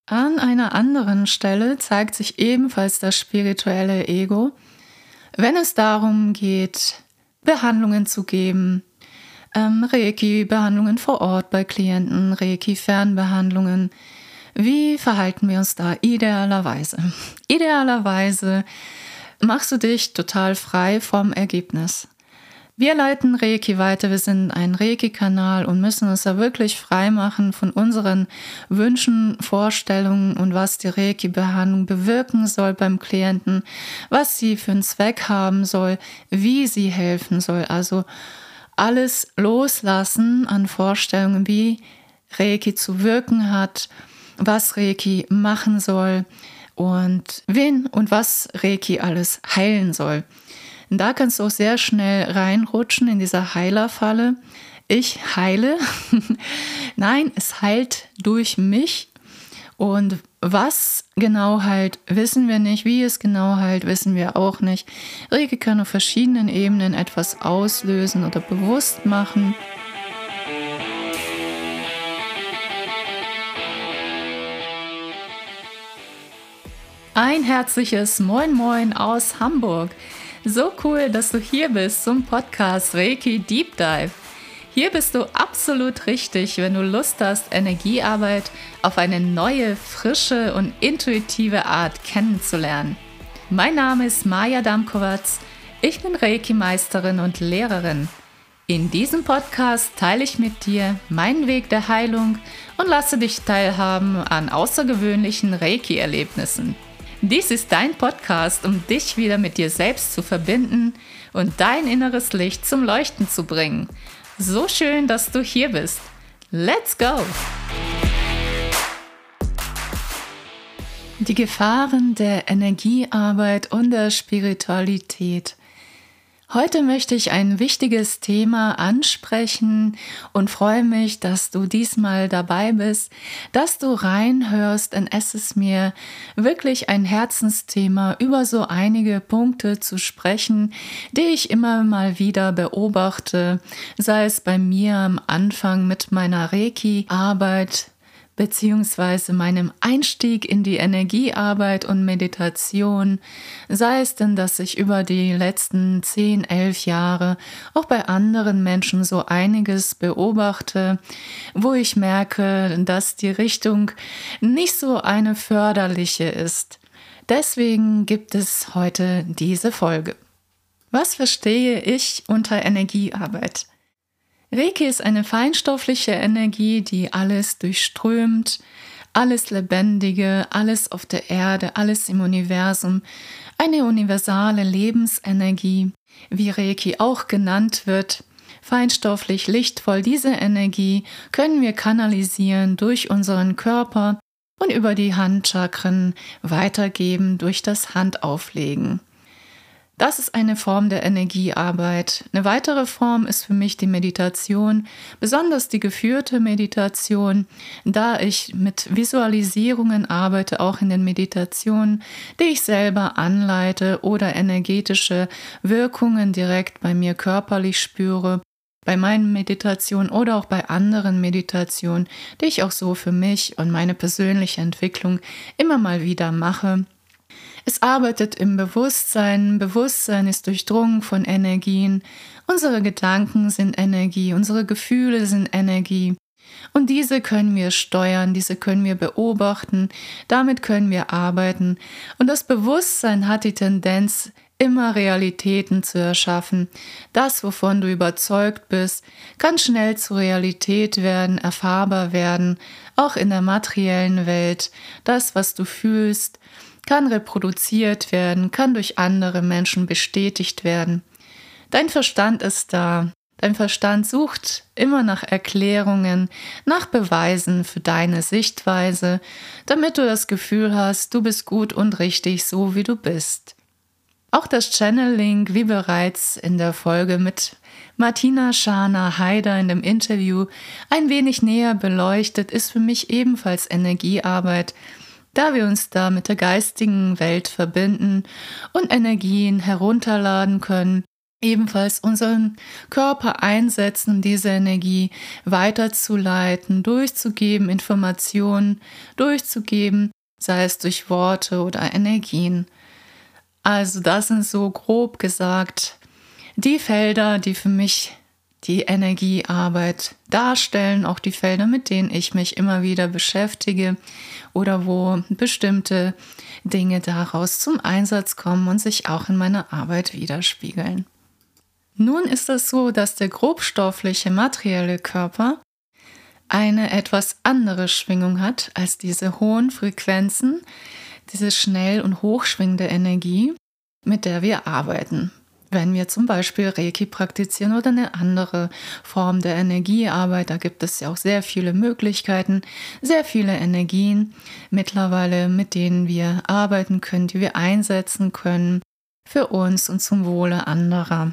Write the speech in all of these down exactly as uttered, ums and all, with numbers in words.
An einer anderen Stelle zeigt sich ebenfalls das spirituelle Ego, wenn es darum geht, Behandlungen zu geben, ähm, Reiki-Behandlungen vor Ort bei Klienten, Reiki-Fernbehandlungen. Wie verhalten wir uns da idealerweise? Idealerweise machst du dich total frei vom Ergebnis. Wir leiten Reiki weiter, wir sind ein Reiki-Kanal und müssen uns da wirklich frei machen von unseren Wünschen, Vorstellungen und was die Reiki-Behandlung bewirken soll beim Klienten, was sie für einen Zweck haben soll, wie sie helfen soll. Also alles loslassen an Vorstellungen, wie Reiki zu wirken hat, was Reiki machen soll und wen und was Reiki alles heilen soll. Und da kannst du auch sehr schnell reinrutschen in diese Heilerfalle. Ich heile. Nein, es heilt durch mich. Und was genau heilt, wissen wir nicht. Wie es genau heilt, wissen wir auch nicht. Reiki kann auf verschiedenen Ebenen etwas auslösen oder bewusst machen. Ein herzliches Moin Moin aus Hamburg. So cool, dass du hier bist zum Podcast Reiki Deep Dive. Hier bist du absolut richtig, wenn du Lust hast, Energiearbeit auf eine neue, frische und intuitive Art kennenzulernen. Mein Name ist Maja Damkovac, ich bin Reiki-Meisterin und Lehrerin. In diesem Podcast teile ich mit dir meinen Weg der Heilung und lasse dich teilhaben an außergewöhnlichen Reiki-Erlebnissen. Dies ist dein Podcast, um dich wieder mit dir selbst zu verbinden und dein inneres Licht zum Leuchten zu bringen. So schön, dass du hier bist. Let's go! Die Gefahren der Energiearbeit und der Spiritualität. Heute möchte ich ein wichtiges Thema ansprechen und freue mich, dass du diesmal dabei bist, dass du reinhörst, denn es ist mir wirklich ein Herzensthema, über so einige Punkte zu sprechen, die ich immer mal wieder beobachte, sei es bei mir am Anfang mit meiner Reiki-Arbeit, beziehungsweise meinem Einstieg in die Energiearbeit und Meditation, sei es denn, dass ich über die letzten zehn, elf Jahre auch bei anderen Menschen so einiges beobachte, wo ich merke, dass die Richtung nicht so eine förderliche ist. Deswegen gibt es heute diese Folge. Was verstehe ich unter Energiearbeit? Reiki ist eine feinstoffliche Energie, die alles durchströmt, alles Lebendige, alles auf der Erde, alles im Universum. Eine universale Lebensenergie, wie Reiki auch genannt wird. Feinstofflich, lichtvoll, diese Energie können wir kanalisieren durch unseren Körper und über die Handchakren weitergeben durch das Handauflegen. Das ist eine Form der Energiearbeit. Eine weitere Form ist für mich die Meditation, besonders die geführte Meditation, da ich mit Visualisierungen arbeite, auch in den Meditationen, die ich selber anleite oder energetische Wirkungen direkt bei mir körperlich spüre, bei meinen Meditationen oder auch bei anderen Meditationen, die ich auch so für mich und meine persönliche Entwicklung immer mal wieder mache. Es arbeitet im Bewusstsein. Bewusstsein ist durchdrungen von Energien. Unsere Gedanken sind Energie, unsere Gefühle sind Energie. Und diese können wir steuern, diese können wir beobachten, damit können wir arbeiten. Und das Bewusstsein hat die Tendenz, immer Realitäten zu erschaffen. Das, wovon du überzeugt bist, kann schnell zur Realität werden, erfahrbar werden, auch in der materiellen Welt. Das, was du fühlst, kann reproduziert werden, kann durch andere Menschen bestätigt werden. Dein Verstand ist da. Dein Verstand sucht immer nach Erklärungen, nach Beweisen für deine Sichtweise, damit du das Gefühl hast, du bist gut und richtig, so wie du bist. Auch das Channeling, wie bereits in der Folge mit Martina Scharner-Haider in dem Interview ein wenig näher beleuchtet, ist für mich ebenfalls Energiearbeit, da wir uns da mit der geistigen Welt verbinden und Energien herunterladen können ebenfalls unseren Körper einsetzen, um diese Energie weiterzuleiten, durchzugeben, Informationen durchzugeben, sei es durch Worte oder Energien. Also das sind so grob gesagt die Felder, die für mich die Energiearbeit darstellen, auch die Felder, mit denen ich mich immer wieder beschäftige oder wo bestimmte Dinge daraus zum Einsatz kommen und sich auch in meiner Arbeit widerspiegeln. Nun ist es so, dass der grobstoffliche, materielle Körper eine etwas andere Schwingung hat als diese hohen Frequenzen, diese schnell und hochschwingende Energie, mit der wir arbeiten. Wenn wir zum Beispiel Reiki praktizieren oder eine andere Form der Energiearbeit, da gibt es ja auch sehr viele Möglichkeiten, sehr viele Energien mittlerweile, mit denen wir arbeiten können, die wir einsetzen können für uns und zum Wohle anderer.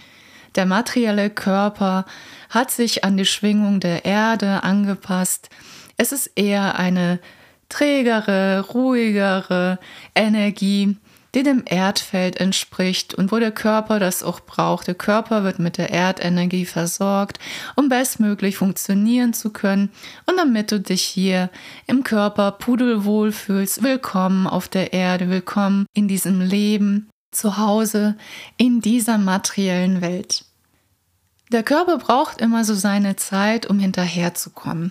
Der materielle Körper hat sich an die Schwingung der Erde angepasst. Es ist eher eine trägere, ruhigere Energie, die dem Erdfeld entspricht und wo der Körper das auch braucht. Der Körper wird mit der Erdenergie versorgt, um bestmöglich funktionieren zu können. Und damit du dich hier im Körper pudelwohl fühlst, willkommen auf der Erde, willkommen in diesem Leben, zu Hause in dieser materiellen Welt. Der Körper braucht immer so seine Zeit, um hinterherzukommen.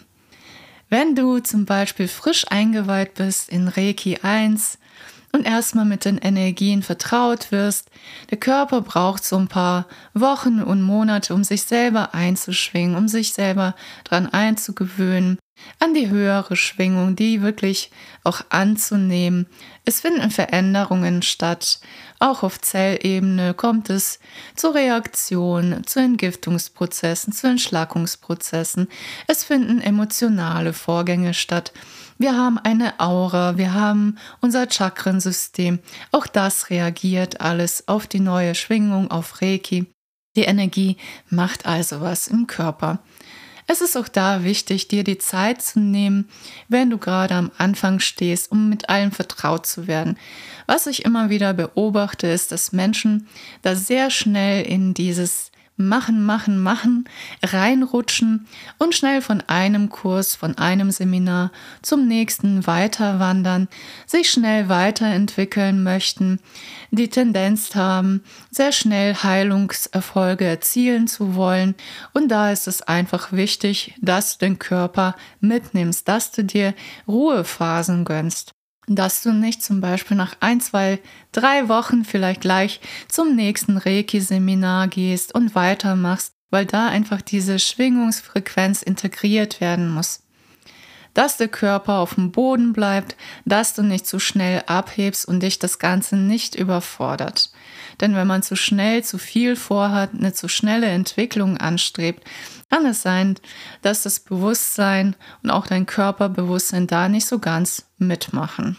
Wenn du zum Beispiel frisch eingeweiht bist in Reiki eins und erstmal mit den Energien vertraut wirst, der Körper braucht so ein paar Wochen und Monate, um sich selber einzuschwingen, um sich selber dran einzugewöhnen, an die höhere Schwingung, die wirklich auch anzunehmen. Es finden Veränderungen statt. Auch auf Zellebene kommt es zu Reaktionen, zu Entgiftungsprozessen, zu Entschlackungsprozessen. Es finden emotionale Vorgänge statt. Wir haben eine Aura, wir haben unser Chakrensystem. Auch das reagiert alles auf die neue Schwingung, auf Reiki. Die Energie macht also was im Körper. Es ist auch da wichtig, dir die Zeit zu nehmen, wenn du gerade am Anfang stehst, um mit allem vertraut zu werden. Was ich immer wieder beobachte, ist, dass Menschen da sehr schnell in dieses Machen, machen, machen, reinrutschen und schnell von einem Kurs, von einem Seminar zum nächsten weiterwandern, sich schnell weiterentwickeln möchten, die Tendenz haben, sehr schnell Heilungserfolge erzielen zu wollen. Und da ist es einfach wichtig, dass du den Körper mitnimmst, dass du dir Ruhephasen gönnst. Dass du nicht zum Beispiel nach ein, zwei, drei Wochen vielleicht gleich zum nächsten Reiki-Seminar gehst und weitermachst, weil da einfach diese Schwingungsfrequenz integriert werden muss. Dass der Körper auf dem Boden bleibt, dass du nicht zu schnell abhebst und dich das Ganze nicht überfordert. Denn wenn man zu schnell zu viel vorhat, eine zu schnelle Entwicklung anstrebt, kann es sein, dass das Bewusstsein und auch dein Körperbewusstsein da nicht so ganz mitmachen.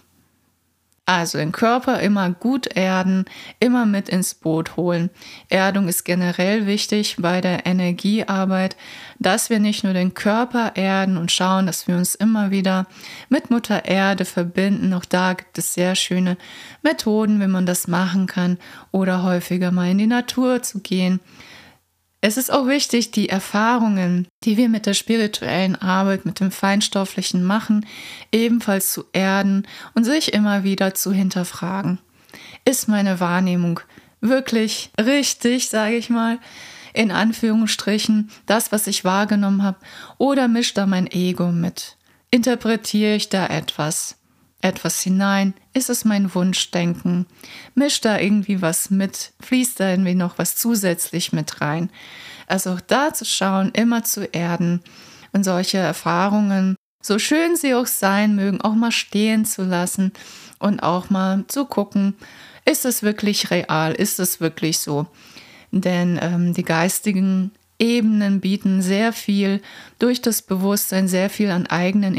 Also den Körper immer gut erden, immer mit ins Boot holen. Erdung ist generell wichtig bei der Energiearbeit, dass wir nicht nur den Körper erden und schauen, dass wir uns immer wieder mit Mutter Erde verbinden. Auch da gibt es sehr schöne Methoden, wie man das machen kann oder häufiger mal in die Natur zu gehen. Es ist auch wichtig, die Erfahrungen, die wir mit der spirituellen Arbeit, mit dem Feinstofflichen machen, ebenfalls zu erden und sich immer wieder zu hinterfragen. Ist meine Wahrnehmung wirklich richtig, sage ich mal, in Anführungsstrichen, das, was ich wahrgenommen habe, oder mischt da mein Ego mit? Interpretiere ich da etwas? Etwas hinein? Ist es mein Wunschdenken? Mischt da irgendwie was mit? Fließt da irgendwie noch was zusätzlich mit rein? Also auch da zu schauen, immer zu erden und solche Erfahrungen, so schön sie auch sein mögen, auch mal stehen zu lassen und auch mal zu gucken, ist es wirklich real? Ist es wirklich so? Denn ähm, die geistigen Ebenen bieten sehr viel durch das Bewusstsein, sehr viel an eigenen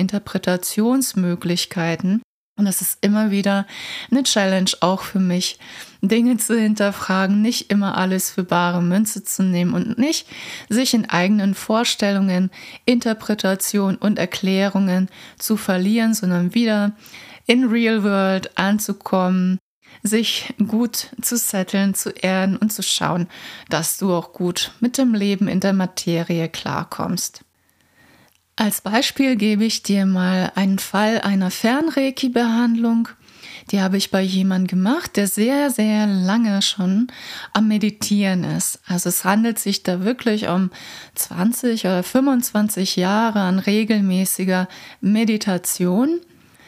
Interpretationsmöglichkeiten. Und es ist immer wieder eine Challenge auch für mich, Dinge zu hinterfragen, nicht immer alles für bare Münze zu nehmen und nicht sich in eigenen Vorstellungen, Interpretationen und Erklärungen zu verlieren, sondern wieder in Real World anzukommen, sich gut zu setteln, zu erden und zu schauen, dass du auch gut mit dem Leben in der Materie klarkommst. Als Beispiel gebe ich dir mal einen Fall einer Fernreiki-Behandlung. Die habe ich bei jemandem gemacht, der sehr, sehr lange schon am Meditieren ist. Also es handelt sich da wirklich um zwanzig oder fünfundzwanzig Jahre an regelmäßiger Meditation.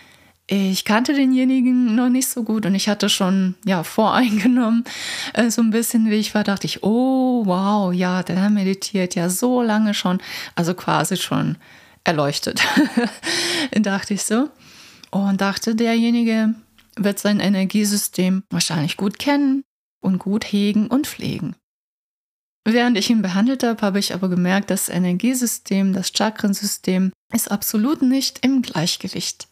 Ich kannte denjenigen noch nicht so gut und ich hatte schon ja voreingenommen, äh, so ein bisschen wie ich war, dachte ich, oh wow, ja, der meditiert ja so lange schon, also quasi schon erleuchtet, dachte ich so. Und dachte, derjenige wird sein Energiesystem wahrscheinlich gut kennen und gut hegen und pflegen. Während ich ihn behandelt habe, habe ich aber gemerkt, das Energiesystem, das Chakrensystem ist absolut nicht im Gleichgewicht.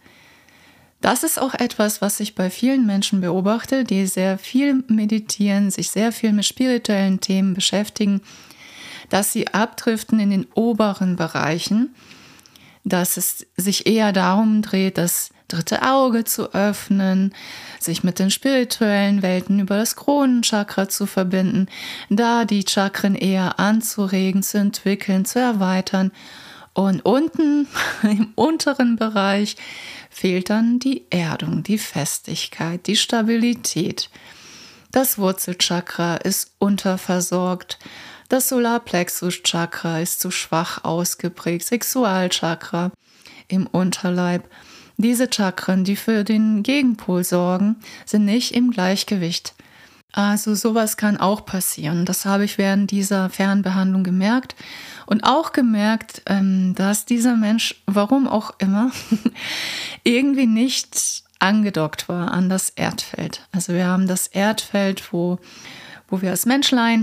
Das ist auch etwas, was ich bei vielen Menschen beobachte, die sehr viel meditieren, sich sehr viel mit spirituellen Themen beschäftigen, dass sie abdriften in den oberen Bereichen, dass es sich eher darum dreht, das dritte Auge zu öffnen, sich mit den spirituellen Welten über das Kronenchakra zu verbinden, da die Chakren eher anzuregen, zu entwickeln, zu erweitern. Und unten im unteren Bereich fehlt dann die Erdung, die Festigkeit, die Stabilität. Das Wurzelchakra ist unterversorgt. Das Solarplexus-Chakra ist zu schwach ausgeprägt. Sexualchakra im Unterleib. Diese Chakren, die für den Gegenpol sorgen, sind nicht im Gleichgewicht. Also sowas kann auch passieren. Das habe ich während dieser Fernbehandlung gemerkt und auch gemerkt, dass dieser Mensch, warum auch immer, irgendwie nicht angedockt war an das Erdfeld. Also wir haben das Erdfeld, wo, wo wir als Menschlein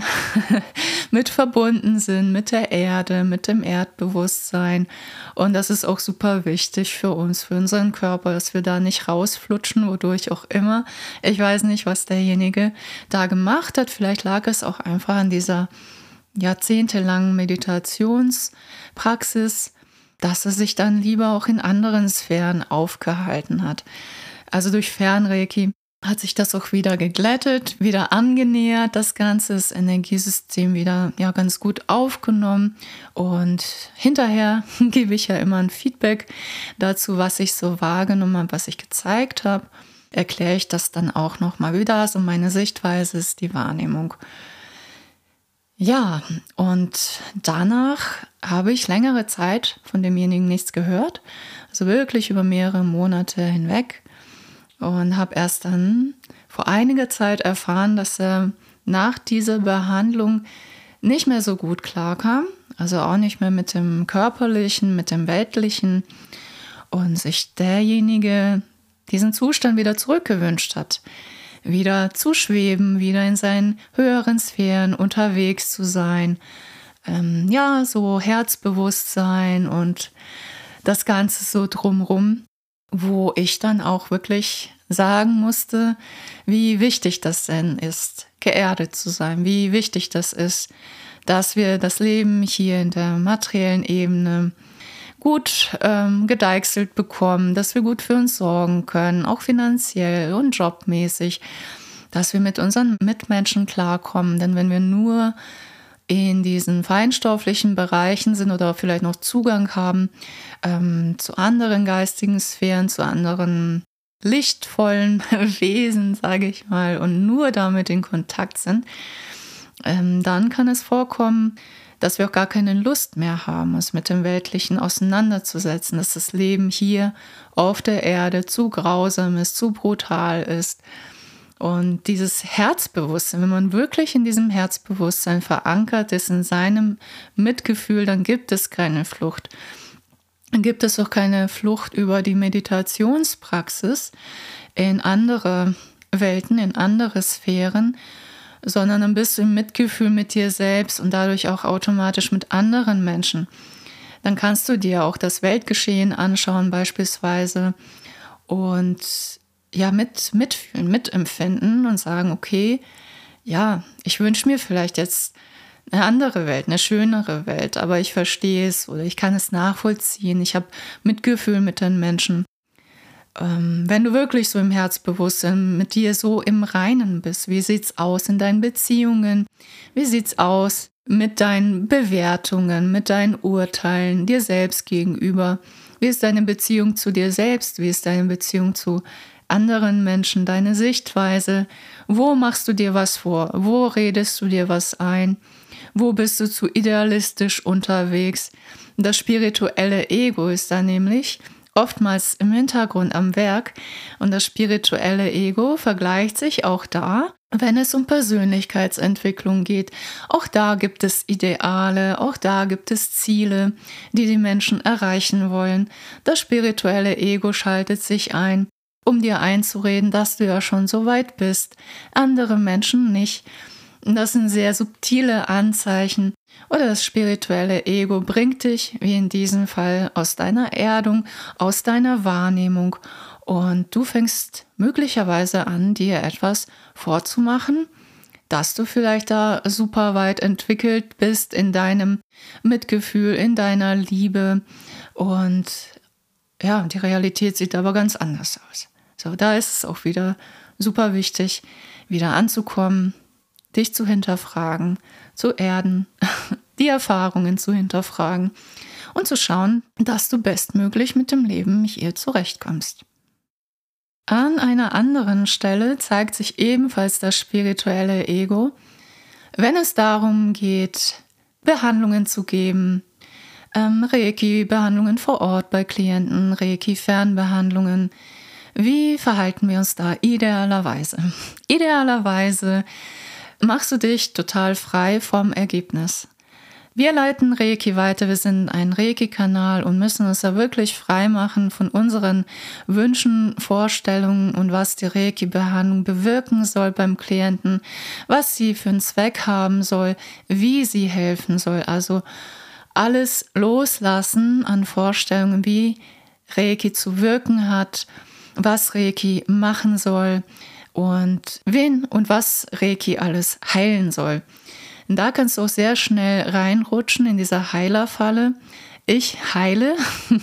mit verbunden sind, mit der Erde, mit dem Erdbewusstsein. Und das ist auch super wichtig für uns, für unseren Körper, dass wir da nicht rausflutschen, wodurch auch immer. Ich weiß nicht, was derjenige da gemacht hat. Vielleicht lag es auch einfach an dieser jahrzehntelangen Meditationspraxis, dass er sich dann lieber auch in anderen Sphären aufgehalten hat. Also durch Fernreiki hat sich das auch wieder geglättet, wieder angenähert, das ganze das Energiesystem wieder ja ganz gut aufgenommen. Und hinterher gebe ich ja immer ein Feedback dazu, was ich so wahrgenommen habe, was ich gezeigt habe. Erkläre ich das dann auch nochmal, wie das und meine Sichtweise ist, die Wahrnehmung. Ja, und danach habe ich längere Zeit von demjenigen nichts gehört, also wirklich über mehrere Monate hinweg. Und habe erst dann vor einiger Zeit erfahren, dass er nach dieser Behandlung nicht mehr so gut klarkam, also auch nicht mehr mit dem Körperlichen, mit dem Weltlichen und sich derjenige diesen Zustand wieder zurückgewünscht hat, wieder zu schweben, wieder in seinen höheren Sphären unterwegs zu sein, ähm, ja, so Herzbewusstsein und das Ganze so drumrum, wo ich dann auch wirklich sagen musste, wie wichtig das denn ist, geerdet zu sein, wie wichtig das ist, dass wir das Leben hier in der materiellen Ebene gut ähm, gedeichselt bekommen, dass wir gut für uns sorgen können, auch finanziell und jobmäßig, dass wir mit unseren Mitmenschen klarkommen, denn wenn wir nur in diesen feinstofflichen Bereichen sind oder vielleicht noch Zugang haben ähm, zu anderen geistigen Sphären, zu anderen lichtvollen Wesen, sage ich mal, und nur damit in Kontakt sind, ähm, dann kann es vorkommen, dass wir auch gar keine Lust mehr haben, uns mit dem Weltlichen auseinanderzusetzen, dass das Leben hier auf der Erde zu grausam ist, zu brutal ist. Und dieses Herzbewusstsein, wenn man wirklich in diesem Herzbewusstsein verankert ist, in seinem Mitgefühl, dann gibt es keine Flucht. Dann gibt es auch keine Flucht über die Meditationspraxis in andere Welten, in andere Sphären, sondern dann bist du im Mitgefühl mit dir selbst und dadurch auch automatisch mit anderen Menschen. Dann kannst du dir auch das Weltgeschehen anschauen beispielsweise und ja, mit, mitfühlen, mitempfinden und sagen, okay, ja, ich wünsche mir vielleicht jetzt eine andere Welt, eine schönere Welt, aber ich verstehe es oder ich kann es nachvollziehen, ich habe Mitgefühl mit den Menschen. Ähm, wenn du wirklich so im Herzbewusstsein mit dir so im Reinen bist, wie sieht's aus in deinen Beziehungen? Wie sieht's aus mit deinen Bewertungen, mit deinen Urteilen dir selbst gegenüber? Wie ist deine Beziehung zu dir selbst? Wie ist deine Beziehung zu anderen Menschen, deine Sichtweise? Wo machst du dir was vor? Wo redest du dir was ein? Wo bist du zu idealistisch unterwegs? Das spirituelle Ego ist da nämlich oftmals im Hintergrund am Werk und das spirituelle Ego vergleicht sich auch da, wenn es um Persönlichkeitsentwicklung geht. Auch da gibt es Ideale, auch da gibt es Ziele, die die Menschen erreichen wollen. Das spirituelle Ego schaltet sich ein, um dir einzureden, dass du ja schon so weit bist, andere Menschen nicht. Das sind sehr subtile Anzeichen. Oder das spirituelle Ego bringt dich, wie in diesem Fall, aus deiner Erdung, aus deiner Wahrnehmung. Und du fängst möglicherweise an, dir etwas vorzumachen, dass du vielleicht da super weit entwickelt bist in deinem Mitgefühl, in deiner Liebe. Und ja, die Realität sieht aber ganz anders aus. So, da ist es auch wieder super wichtig, wieder anzukommen, dich zu hinterfragen, zu erden, die Erfahrungen zu hinterfragen und zu schauen, dass du bestmöglich mit dem Leben hier zurechtkommst. An einer anderen Stelle zeigt sich ebenfalls das spirituelle Ego, wenn es darum geht, Behandlungen zu geben, ähm, Reiki-Behandlungen vor Ort bei Klienten, Reiki-Fernbehandlungen. Wie verhalten wir uns da idealerweise? Idealerweise machst du dich total frei vom Ergebnis. Wir leiten Reiki weiter, wir sind ein Reiki-Kanal und müssen uns da wirklich frei machen von unseren Wünschen, Vorstellungen und was die Reiki-Behandlung bewirken soll beim Klienten, was sie für einen Zweck haben soll, wie sie helfen soll. Also alles loslassen an Vorstellungen, wie Reiki zu wirken hat, was Reiki machen soll und wen und was Reiki alles heilen soll. Und da kannst du auch sehr schnell reinrutschen in diese Heilerfalle. Ich heile.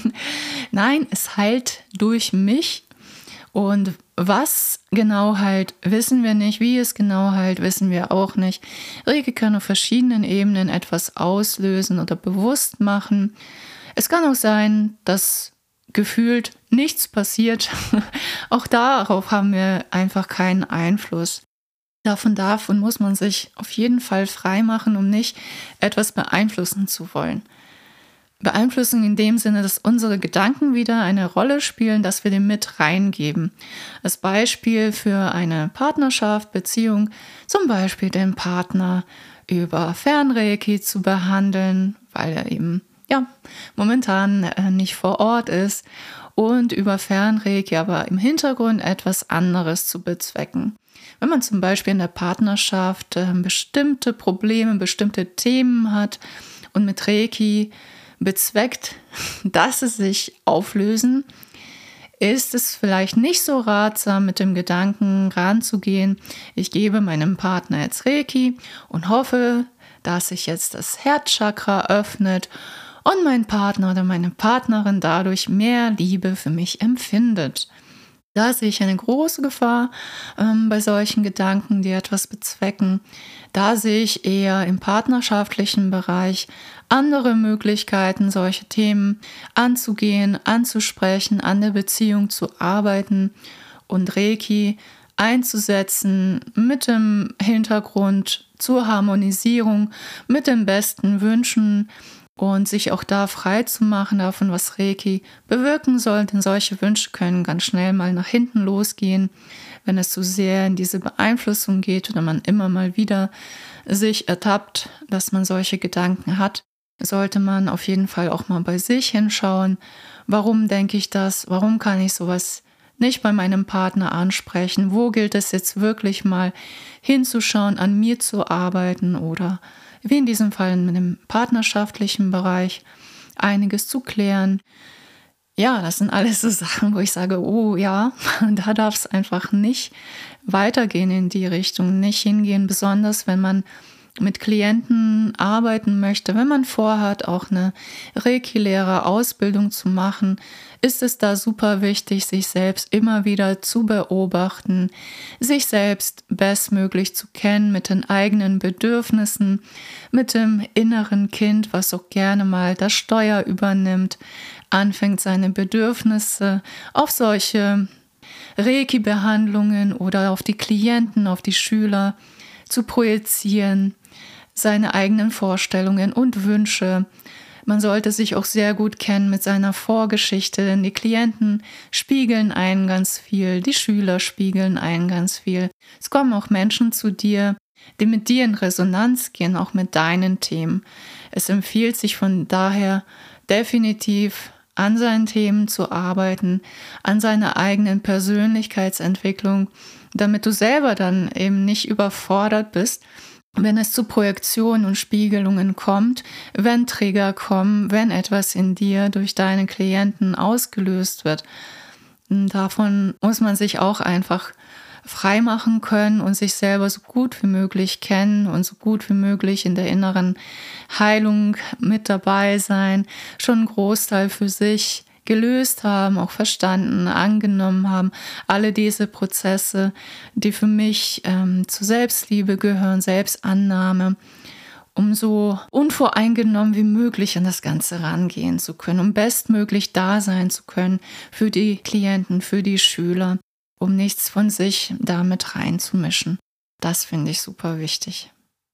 Nein, es heilt durch mich. Und was genau heilt, wissen wir nicht. Wie es genau heilt, wissen wir auch nicht. Reiki kann auf verschiedenen Ebenen etwas auslösen oder bewusst machen. Es kann auch sein, dass gefühlt nichts passiert. Auch darauf haben wir einfach keinen Einfluss. Davon darf und muss man sich auf jeden Fall frei machen, um nicht etwas beeinflussen zu wollen. Beeinflussen in dem Sinne, dass unsere Gedanken wieder eine Rolle spielen, dass wir den mit reingeben. Als Beispiel für eine Partnerschaft, Beziehung, zum Beispiel den Partner über Fernreiki zu behandeln, weil er eben ja, momentan äh, nicht vor Ort ist und über Fernreiki aber im Hintergrund etwas anderes zu bezwecken. Wenn man zum Beispiel in der Partnerschaft äh, bestimmte Probleme, bestimmte Themen hat und mit Reiki bezweckt, dass sie sich auflösen, ist es vielleicht nicht so ratsam, mit dem Gedanken ranzugehen, ich gebe meinem Partner jetzt Reiki und hoffe, dass sich jetzt das Herzchakra öffnet und mein Partner oder meine Partnerin dadurch mehr Liebe für mich empfindet. Da sehe ich eine große Gefahr ähm, bei solchen Gedanken, die etwas bezwecken. Da sehe ich eher im partnerschaftlichen Bereich andere Möglichkeiten, solche Themen anzugehen, anzusprechen, an der Beziehung zu arbeiten und Reiki einzusetzen mit dem Hintergrund zur Harmonisierung, mit den besten Wünschen, und sich auch da frei zu machen davon, was Reiki bewirken soll, denn solche Wünsche können ganz schnell mal nach hinten losgehen, wenn es zu sehr in diese Beeinflussung geht oder man immer mal wieder sich ertappt, dass man solche Gedanken hat, sollte man auf jeden Fall auch mal bei sich hinschauen. Warum denke ich das? Warum kann ich sowas nicht bei meinem Partner ansprechen? Wo gilt es jetzt wirklich mal hinzuschauen, an mir zu arbeiten oder wie in diesem Fall mit dem partnerschaftlichen Bereich einiges zu klären. Ja, das sind alles so Sachen, wo ich sage, oh ja, da darf es einfach nicht weitergehen in die Richtung, nicht hingehen, besonders wenn man mit Klienten arbeiten möchte, wenn man vorhat, auch eine Reiki-Lehrer-Ausbildung zu machen, ist es da super wichtig, sich selbst immer wieder zu beobachten, sich selbst bestmöglich zu kennen mit den eigenen Bedürfnissen, mit dem inneren Kind, was auch gerne mal das Steuer übernimmt, anfängt seine Bedürfnisse auf solche Reiki-Behandlungen oder auf die Klienten, auf die Schüler zu projizieren, seine eigenen Vorstellungen und Wünsche. Man sollte sich auch sehr gut kennen mit seiner Vorgeschichte, denn die Klienten spiegeln einen ganz viel, die Schüler spiegeln einen ganz viel. Es kommen auch Menschen zu dir, die mit dir in Resonanz gehen, auch mit deinen Themen. Es empfiehlt sich von daher definitiv, an seinen Themen zu arbeiten, an seiner eigenen Persönlichkeitsentwicklung, damit du selber dann eben nicht überfordert bist, wenn es zu Projektionen und Spiegelungen kommt, wenn Trigger kommen, wenn etwas in dir durch deine Klienten ausgelöst wird. Davon muss man sich auch einfach freimachen können und sich selber so gut wie möglich kennen und so gut wie möglich in der inneren Heilung mit dabei sein, schon einen Großteil für sich gelöst haben, auch verstanden, angenommen haben. Alle diese Prozesse, die für mich ähm, zur Selbstliebe gehören, Selbstannahme, um so unvoreingenommen wie möglich an das Ganze rangehen zu können, um bestmöglich da sein zu können für die Klienten, für die Schüler, um nichts von sich damit reinzumischen. Das finde ich super wichtig.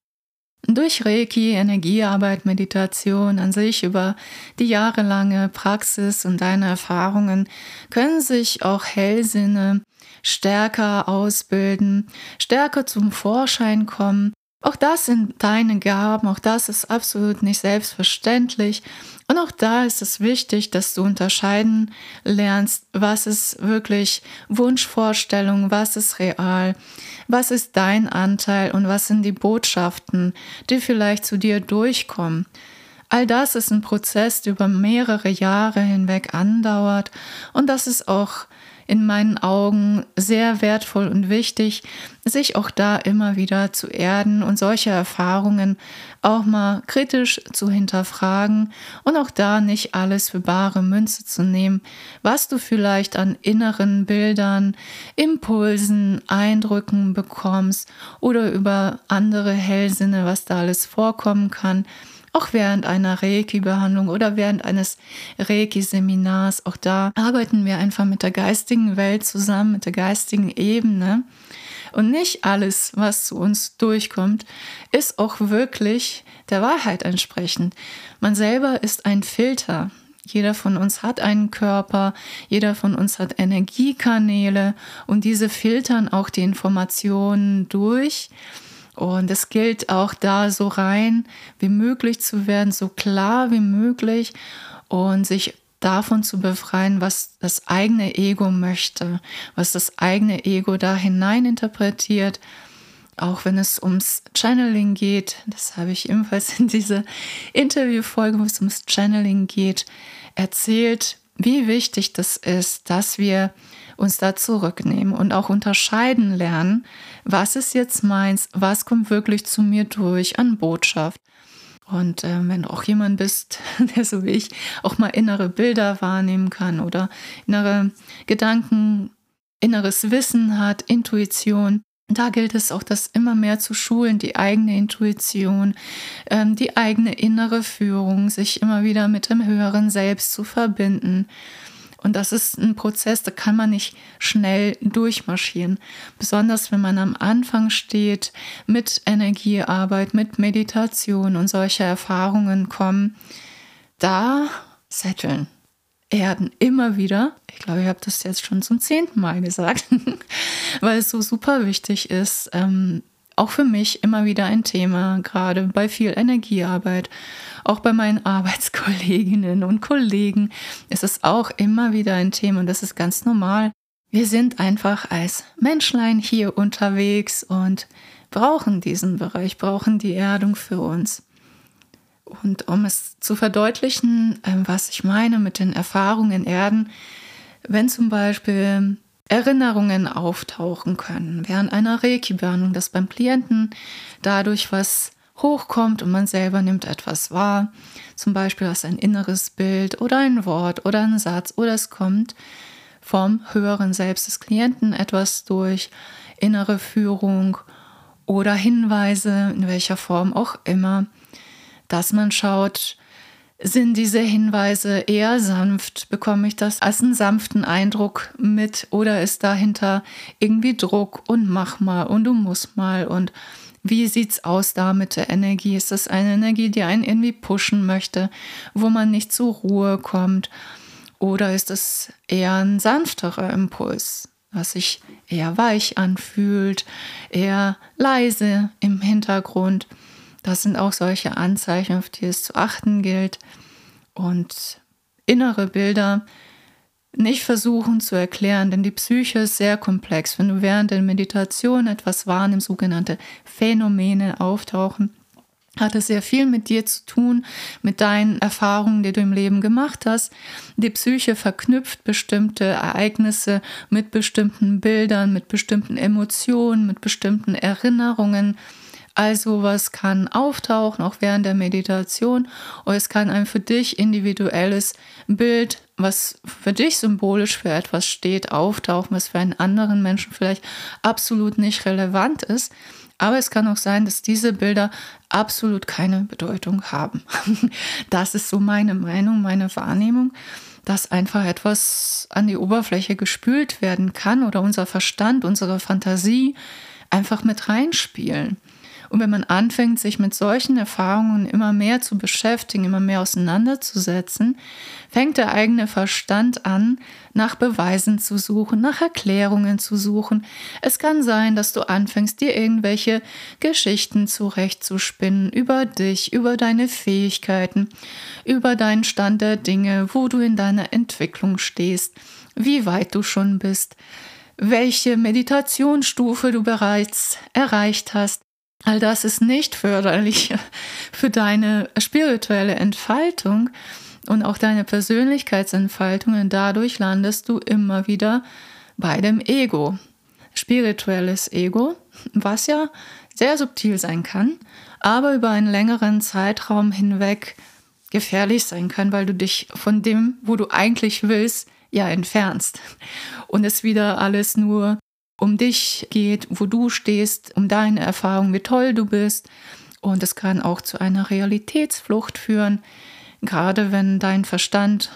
Durch Reiki, Energiearbeit, Meditation an sich über die jahrelange Praxis und deine Erfahrungen können sich auch Hellsinne stärker ausbilden, stärker zum Vorschein kommen. Auch das sind deine Gaben, auch das ist absolut nicht selbstverständlich. Und auch da ist es wichtig, dass du unterscheiden lernst, was ist wirklich Wunschvorstellung, was ist real, was ist dein Anteil und was sind die Botschaften, die vielleicht zu dir durchkommen. All das ist ein Prozess, der über mehrere Jahre hinweg andauert und das ist auch in meinen Augen sehr wertvoll und wichtig, sich auch da immer wieder zu erden und solche Erfahrungen auch mal kritisch zu hinterfragen und auch da nicht alles für bare Münze zu nehmen, was du vielleicht an inneren Bildern, Impulsen, Eindrücken bekommst oder über andere Hellsinne, was da alles vorkommen kann. Auch während einer Reiki-Behandlung oder während eines Reiki-Seminars, auch da arbeiten wir einfach mit der geistigen Welt zusammen, mit der geistigen Ebene. Und nicht alles, was zu uns durchkommt, ist auch wirklich der Wahrheit entsprechend. Man selber ist ein Filter. Jeder von uns hat einen Körper, jeder von uns hat Energiekanäle und diese filtern auch die Informationen durch. Und es gilt auch da so rein wie möglich zu werden, so klar wie möglich und sich davon zu befreien, was das eigene Ego möchte, was das eigene Ego da hinein interpretiert. Auch wenn es ums Channeling geht, das habe ich ebenfalls in dieser Interviewfolge, wo es ums Channeling geht, erzählt, wie wichtig das ist, dass wir uns da zurücknehmen und auch unterscheiden lernen, was ist jetzt meins, was kommt wirklich zu mir durch an Botschaft. Und äh, wenn du auch jemand bist, der so wie ich auch mal innere Bilder wahrnehmen kann oder innere Gedanken, inneres Wissen hat, Intuition, da gilt es auch, das immer mehr zu schulen, die eigene Intuition, ähm, die eigene innere Führung, sich immer wieder mit dem höheren Selbst zu verbinden. Und das ist ein Prozess, da kann man nicht schnell durchmarschieren. Besonders wenn man am Anfang steht, mit Energiearbeit, mit Meditation und solche Erfahrungen kommen, da setteln, erden immer wieder. Ich glaube, ich habe das jetzt schon zum zehnten Mal gesagt, weil es so super wichtig ist, ähm, auch für mich immer wieder ein Thema, gerade bei viel Energiearbeit, auch bei meinen Arbeitskolleginnen und Kollegen ist es auch immer wieder ein Thema und das ist ganz normal. Wir sind einfach als Menschlein hier unterwegs und brauchen diesen Bereich, brauchen die Erdung für uns. Und um es zu verdeutlichen, was ich meine mit den Erfahrungen erden, wenn zum Beispiel Erinnerungen auftauchen können während einer Reiki-Behandlung, dass beim Klienten dadurch was hochkommt und man selber nimmt etwas wahr, zum Beispiel als ein inneres Bild oder ein Wort oder ein Satz, oder es kommt vom höheren Selbst des Klienten etwas durch innere Führung oder Hinweise, in welcher Form auch immer, dass man schaut, sind diese Hinweise eher sanft, bekomme ich das als einen sanften Eindruck mit, oder ist dahinter irgendwie Druck und mach mal und du musst mal und wie sieht's aus da mit der Energie? Ist das eine Energie, die einen irgendwie pushen möchte, wo man nicht zur Ruhe kommt? Oder ist es eher ein sanfterer Impuls, was sich eher weich anfühlt, eher leise im Hintergrund? Das sind auch solche Anzeichen, auf die es zu achten gilt. Und innere Bilder nicht versuchen zu erklären, denn die Psyche ist sehr komplex. Wenn du während der Meditation etwas wahrnimmst, sogenannte Phänomene auftauchen, hat es sehr viel mit dir zu tun, mit deinen Erfahrungen, die du im Leben gemacht hast. Die Psyche verknüpft bestimmte Ereignisse mit bestimmten Bildern, mit bestimmten Emotionen, mit bestimmten Erinnerungen. Also was kann auftauchen, auch während der Meditation, oder es kann ein für dich individuelles Bild, was für dich symbolisch für etwas steht, auftauchen, was für einen anderen Menschen vielleicht absolut nicht relevant ist. Aber es kann auch sein, dass diese Bilder absolut keine Bedeutung haben. Das ist so meine Meinung, meine Wahrnehmung, dass einfach etwas an die Oberfläche gespült werden kann oder unser Verstand, unsere Fantasie einfach mit reinspielen. Und wenn man anfängt, sich mit solchen Erfahrungen immer mehr zu beschäftigen, immer mehr auseinanderzusetzen, fängt der eigene Verstand an, nach Beweisen zu suchen, nach Erklärungen zu suchen. Es kann sein, dass du anfängst, dir irgendwelche Geschichten zurechtzuspinnen über dich, über deine Fähigkeiten, über deinen Stand der Dinge, wo du in deiner Entwicklung stehst, wie weit du schon bist, welche Meditationsstufe du bereits erreicht hast. All das ist nicht förderlich für deine spirituelle Entfaltung und auch deine Persönlichkeitsentfaltung. Und dadurch landest du immer wieder bei dem Ego. Spirituelles Ego, was ja sehr subtil sein kann, aber über einen längeren Zeitraum hinweg gefährlich sein kann, weil du dich von dem, wo du eigentlich willst, ja entfernst. Und es wieder alles nur um dich geht, wo du stehst, um deine Erfahrung, wie toll du bist. Und es kann auch zu einer Realitätsflucht führen, gerade wenn dein Verstand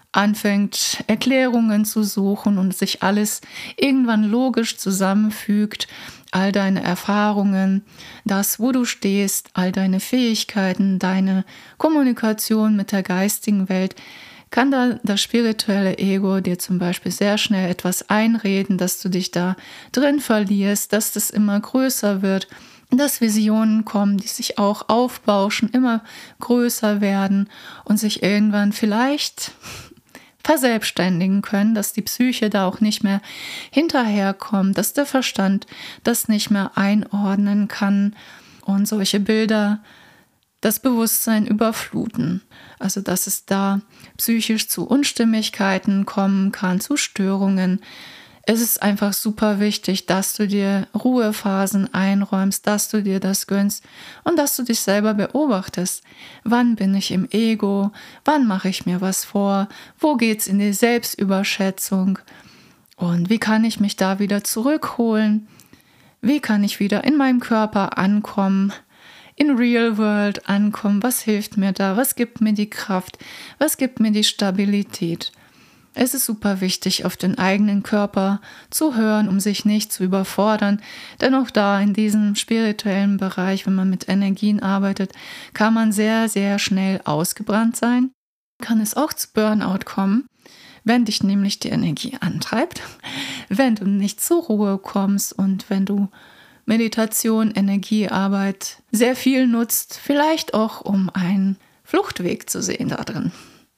anfängt, Erklärungen zu suchen und sich alles irgendwann logisch zusammenfügt, all deine Erfahrungen, das, wo du stehst, all deine Fähigkeiten, deine Kommunikation mit der geistigen Welt, kann da das spirituelle Ego dir zum Beispiel sehr schnell etwas einreden, dass du dich da drin verlierst, dass das immer größer wird, dass Visionen kommen, die sich auch aufbauschen, immer größer werden und sich irgendwann vielleicht verselbstständigen können, dass die Psyche da auch nicht mehr hinterherkommt, dass der Verstand das nicht mehr einordnen kann und solche Bilder das Bewusstsein überfluten. Also dass es da psychisch zu Unstimmigkeiten kommen kann, zu Störungen. Es ist einfach super wichtig, dass du dir Ruhephasen einräumst, dass du dir das gönnst und dass du dich selber beobachtest. Wann bin ich im Ego? Wann mache ich mir was vor? Wo geht's in die Selbstüberschätzung? Und wie kann ich mich da wieder zurückholen? Wie kann ich wieder in meinem Körper ankommen? In Real World ankommen, was hilft mir da, was gibt mir die Kraft, was gibt mir die Stabilität. Es ist super wichtig, auf den eigenen Körper zu hören, um sich nicht zu überfordern, denn auch da in diesem spirituellen Bereich, wenn man mit Energien arbeitet, kann man sehr, sehr schnell ausgebrannt sein, kann es auch zu Burnout kommen, wenn dich nämlich die Energie antreibt, wenn du nicht zur Ruhe kommst und wenn du Meditation, Energiearbeit sehr viel nutzt, vielleicht auch um einen Fluchtweg zu sehen da drin.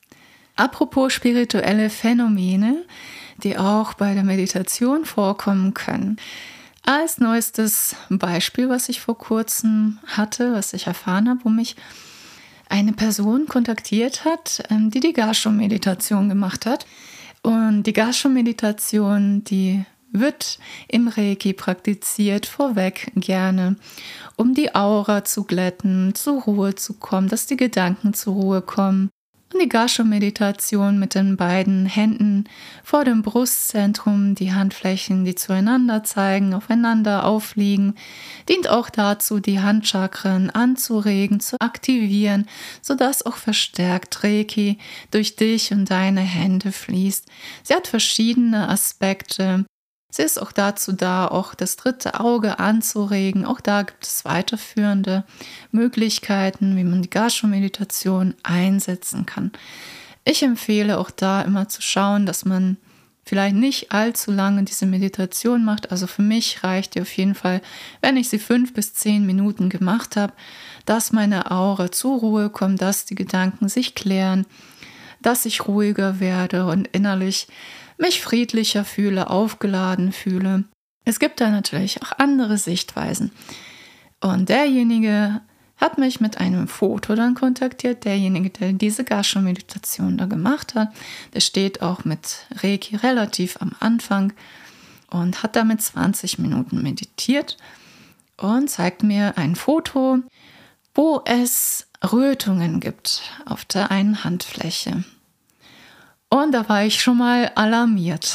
Apropos spirituelle Phänomene, die auch bei der Meditation vorkommen können. Als neuestes Beispiel, was ich vor kurzem hatte, was ich erfahren habe, wo mich eine Person kontaktiert hat, die die Gasho-Meditation gemacht hat. Und die Gasho-Meditation, die wird im Reiki praktiziert, vorweg gerne, um die Aura zu glätten, zur Ruhe zu kommen, dass die Gedanken zur Ruhe kommen. Und die Gassho-Meditation mit den beiden Händen vor dem Brustzentrum, die Handflächen, die zueinander zeigen, aufeinander aufliegen, dient auch dazu, die Handchakren anzuregen, zu aktivieren, sodass auch verstärkt Reiki durch dich und deine Hände fließt. Sie hat verschiedene Aspekte. Sie ist auch dazu da, auch das dritte Auge anzuregen. Auch da gibt es weiterführende Möglichkeiten, wie man die Gassho-Meditation einsetzen kann. Ich empfehle auch da immer zu schauen, dass man vielleicht nicht allzu lange diese Meditation macht. Also für mich reicht die auf jeden Fall, wenn ich sie fünf bis zehn Minuten gemacht habe, dass meine Aura zur Ruhe kommt, dass die Gedanken sich klären, dass ich ruhiger werde und innerlich mich friedlicher fühle, aufgeladen fühle. Es gibt da natürlich auch andere Sichtweisen. Und derjenige hat mich mit einem Foto dann kontaktiert, derjenige, der diese Gassho-Meditation da gemacht hat. Der steht auch mit Reiki relativ am Anfang und hat damit zwanzig Minuten meditiert und zeigt mir ein Foto, wo es Rötungen gibt auf der einen Handfläche. Und da war ich schon mal alarmiert.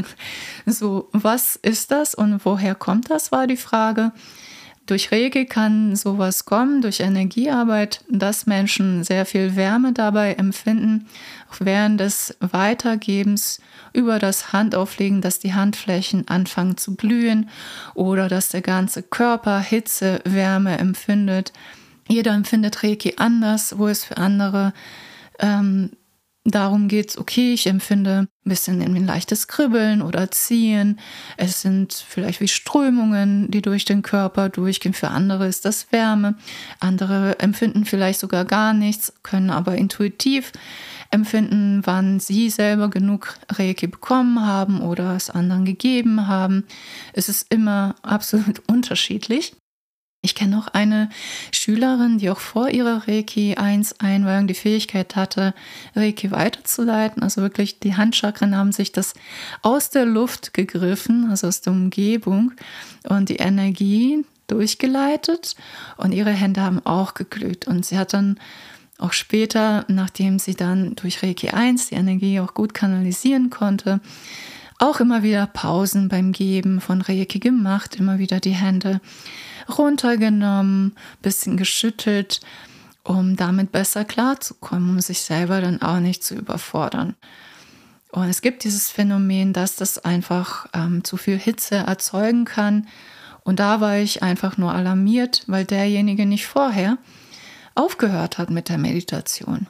So, was ist das und woher kommt das, war die Frage. Durch Reiki kann sowas kommen, durch Energiearbeit, dass Menschen sehr viel Wärme dabei empfinden, auch während des Weitergebens über das Handauflegen, dass die Handflächen anfangen zu glühen oder dass der ganze Körper Hitze, Wärme empfindet. Jeder empfindet Reiki anders, wo es für andere ähm, darum geht es, okay, ich empfinde ein bisschen ein leichtes Kribbeln oder Ziehen. Es sind vielleicht wie Strömungen, die durch den Körper durchgehen. Für andere ist das Wärme. Andere empfinden vielleicht sogar gar nichts, können aber intuitiv empfinden, wann sie selber genug Reiki bekommen haben oder es anderen gegeben haben. Es ist immer absolut unterschiedlich. Ich kenne noch eine Schülerin, die auch vor ihrer Reiki eins Einweihung die Fähigkeit hatte, Reiki weiterzuleiten. Also wirklich, die Handchakren haben sich das aus der Luft gegriffen, also aus der Umgebung, und die Energie durchgeleitet und ihre Hände haben auch geglüht. Und sie hat dann auch später, nachdem sie dann durch Reiki eins die Energie auch gut kanalisieren konnte, auch immer wieder Pausen beim Geben von Reiki gemacht, immer wieder die Hände runtergenommen, bisschen geschüttelt, um damit besser klarzukommen, um sich selber dann auch nicht zu überfordern. Und es gibt dieses Phänomen, dass das einfach ähm, zu viel Hitze erzeugen kann. Und da war ich einfach nur alarmiert, weil derjenige nicht vorher aufgehört hat mit der Meditation.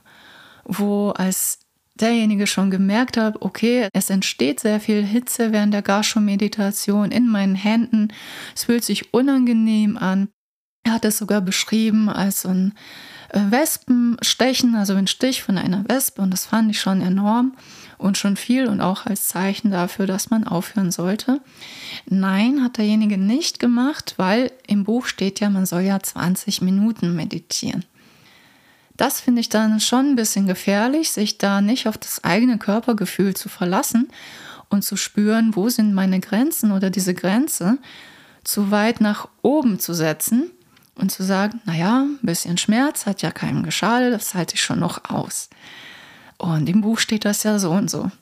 Wo als derjenige schon gemerkt hat, okay, es entsteht sehr viel Hitze während der Gassho-Meditation in meinen Händen. Es fühlt sich unangenehm an. Er hat es sogar beschrieben als so ein Wespenstechen, also ein Stich von einer Wespe. Und das fand ich schon enorm und schon viel und auch als Zeichen dafür, dass man aufhören sollte. Nein, hat derjenige nicht gemacht, weil im Buch steht ja, man soll ja zwanzig Minuten meditieren. Das finde ich dann schon ein bisschen gefährlich, sich da nicht auf das eigene Körpergefühl zu verlassen und zu spüren, wo sind meine Grenzen oder diese Grenze zu weit nach oben zu setzen und zu sagen, naja, ein bisschen Schmerz hat ja keinem geschadet, das halte ich schon noch aus. Und im Buch steht das ja so und so.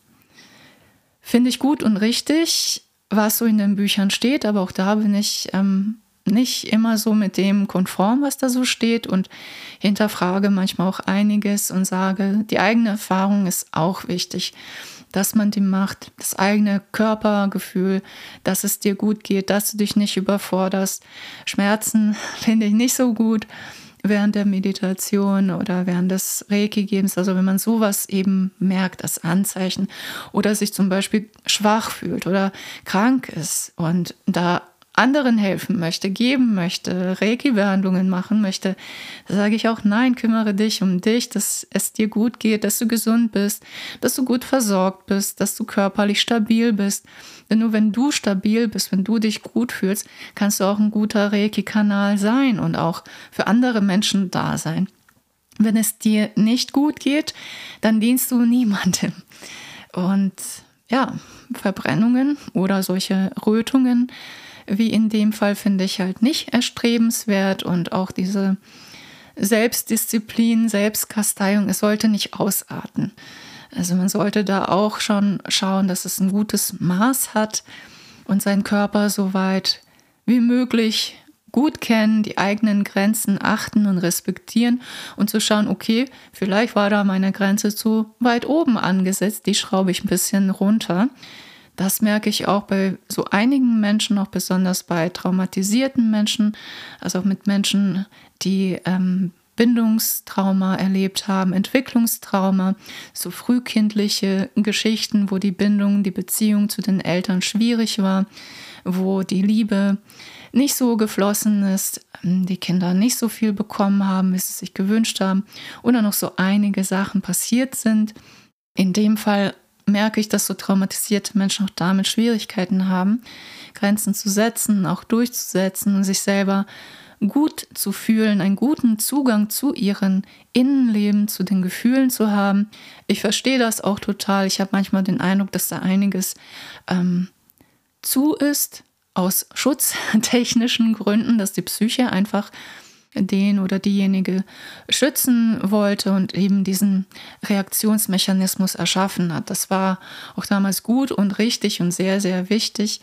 Finde ich gut und richtig, was so in den Büchern steht, aber auch da bin ich ähm, nicht immer so mit dem konform, was da so steht, und hinterfrage manchmal auch einiges und sage, die eigene Erfahrung ist auch wichtig, dass man die macht, das eigene Körpergefühl, dass es dir gut geht, dass du dich nicht überforderst. Schmerzen finde ich nicht so gut während der Meditation oder während des Reiki-Gebens, also wenn man sowas eben merkt als Anzeichen oder sich zum Beispiel schwach fühlt oder krank ist und da anderen helfen möchte, geben möchte, Reiki-Behandlungen machen möchte, da sage ich auch, nein, kümmere dich um dich, dass es dir gut geht, dass du gesund bist, dass du gut versorgt bist, dass du körperlich stabil bist. Denn nur wenn du stabil bist, wenn du dich gut fühlst, kannst du auch ein guter Reiki-Kanal sein und auch für andere Menschen da sein. Wenn es dir nicht gut geht, dann dienst du niemandem. Und ja, Verbrennungen oder solche Rötungen, wie in dem Fall, finde ich halt nicht erstrebenswert. Und auch diese Selbstdisziplin, Selbstkasteiung, es sollte nicht ausarten. Also man sollte da auch schon schauen, dass es ein gutes Maß hat und seinen Körper so weit wie möglich gut kennen, die eigenen Grenzen achten und respektieren und zu schauen, okay, vielleicht war da meine Grenze zu weit oben angesetzt, die schraube ich ein bisschen runter. Das merke ich auch bei so einigen Menschen, auch besonders bei traumatisierten Menschen, also auch mit Menschen, die ähm, Bindungstrauma erlebt haben, Entwicklungstrauma, so frühkindliche Geschichten, wo die Bindung, die Beziehung zu den Eltern schwierig war, wo die Liebe nicht so geflossen ist, die Kinder nicht so viel bekommen haben, wie sie sich gewünscht haben, oder noch so einige Sachen passiert sind. In dem Fall merke ich, dass so traumatisierte Menschen auch damit Schwierigkeiten haben, Grenzen zu setzen, auch durchzusetzen und sich selber gut zu fühlen, einen guten Zugang zu ihren Innenleben, zu den Gefühlen zu haben. Ich verstehe das auch total. Ich habe manchmal den Eindruck, dass da einiges ähm, zu ist, aus schutztechnischen Gründen, dass die Psyche einfach den oder diejenige schützen wollte und eben diesen Reaktionsmechanismus erschaffen hat. Das war auch damals gut und richtig und sehr, sehr wichtig.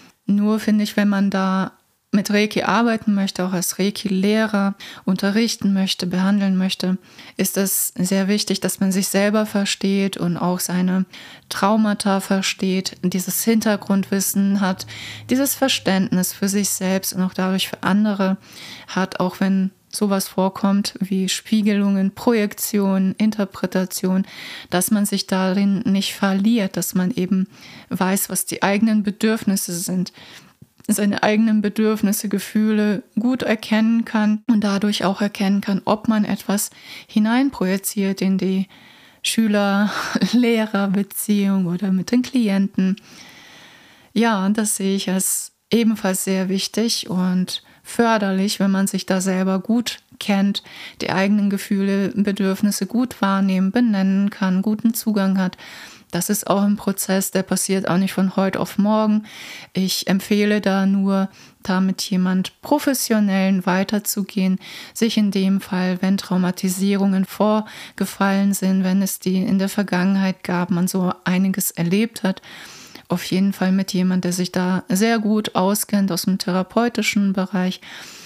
Nur finde ich, wenn man da mit Reiki arbeiten möchte, auch als Reiki-Lehrer unterrichten möchte, behandeln möchte, ist es sehr wichtig, dass man sich selber versteht und auch seine Traumata versteht, dieses Hintergrundwissen hat, dieses Verständnis für sich selbst und auch dadurch für andere hat, auch wenn sowas vorkommt wie Spiegelungen, Projektionen, Interpretation, dass man sich darin nicht verliert, dass man eben weiß, was die eigenen Bedürfnisse sind, seine eigenen Bedürfnisse, Gefühle gut erkennen kann und dadurch auch erkennen kann, ob man etwas hineinprojiziert in die Schüler-Lehrer-Beziehung oder mit den Klienten. Ja, und das sehe ich als ebenfalls sehr wichtig und förderlich, wenn man sich da selber gut kennt, die eigenen Gefühle, Bedürfnisse gut wahrnehmen, benennen kann, guten Zugang hat. Das ist auch ein Prozess, der passiert auch nicht von heute auf morgen. Ich empfehle da nur, da mit jemand Professionellen weiterzugehen, sich in dem Fall, wenn Traumatisierungen vorgefallen sind, wenn es die in der Vergangenheit gab, man so einiges erlebt hat, auf jeden Fall mit jemand, der sich da sehr gut auskennt aus dem therapeutischen Bereich,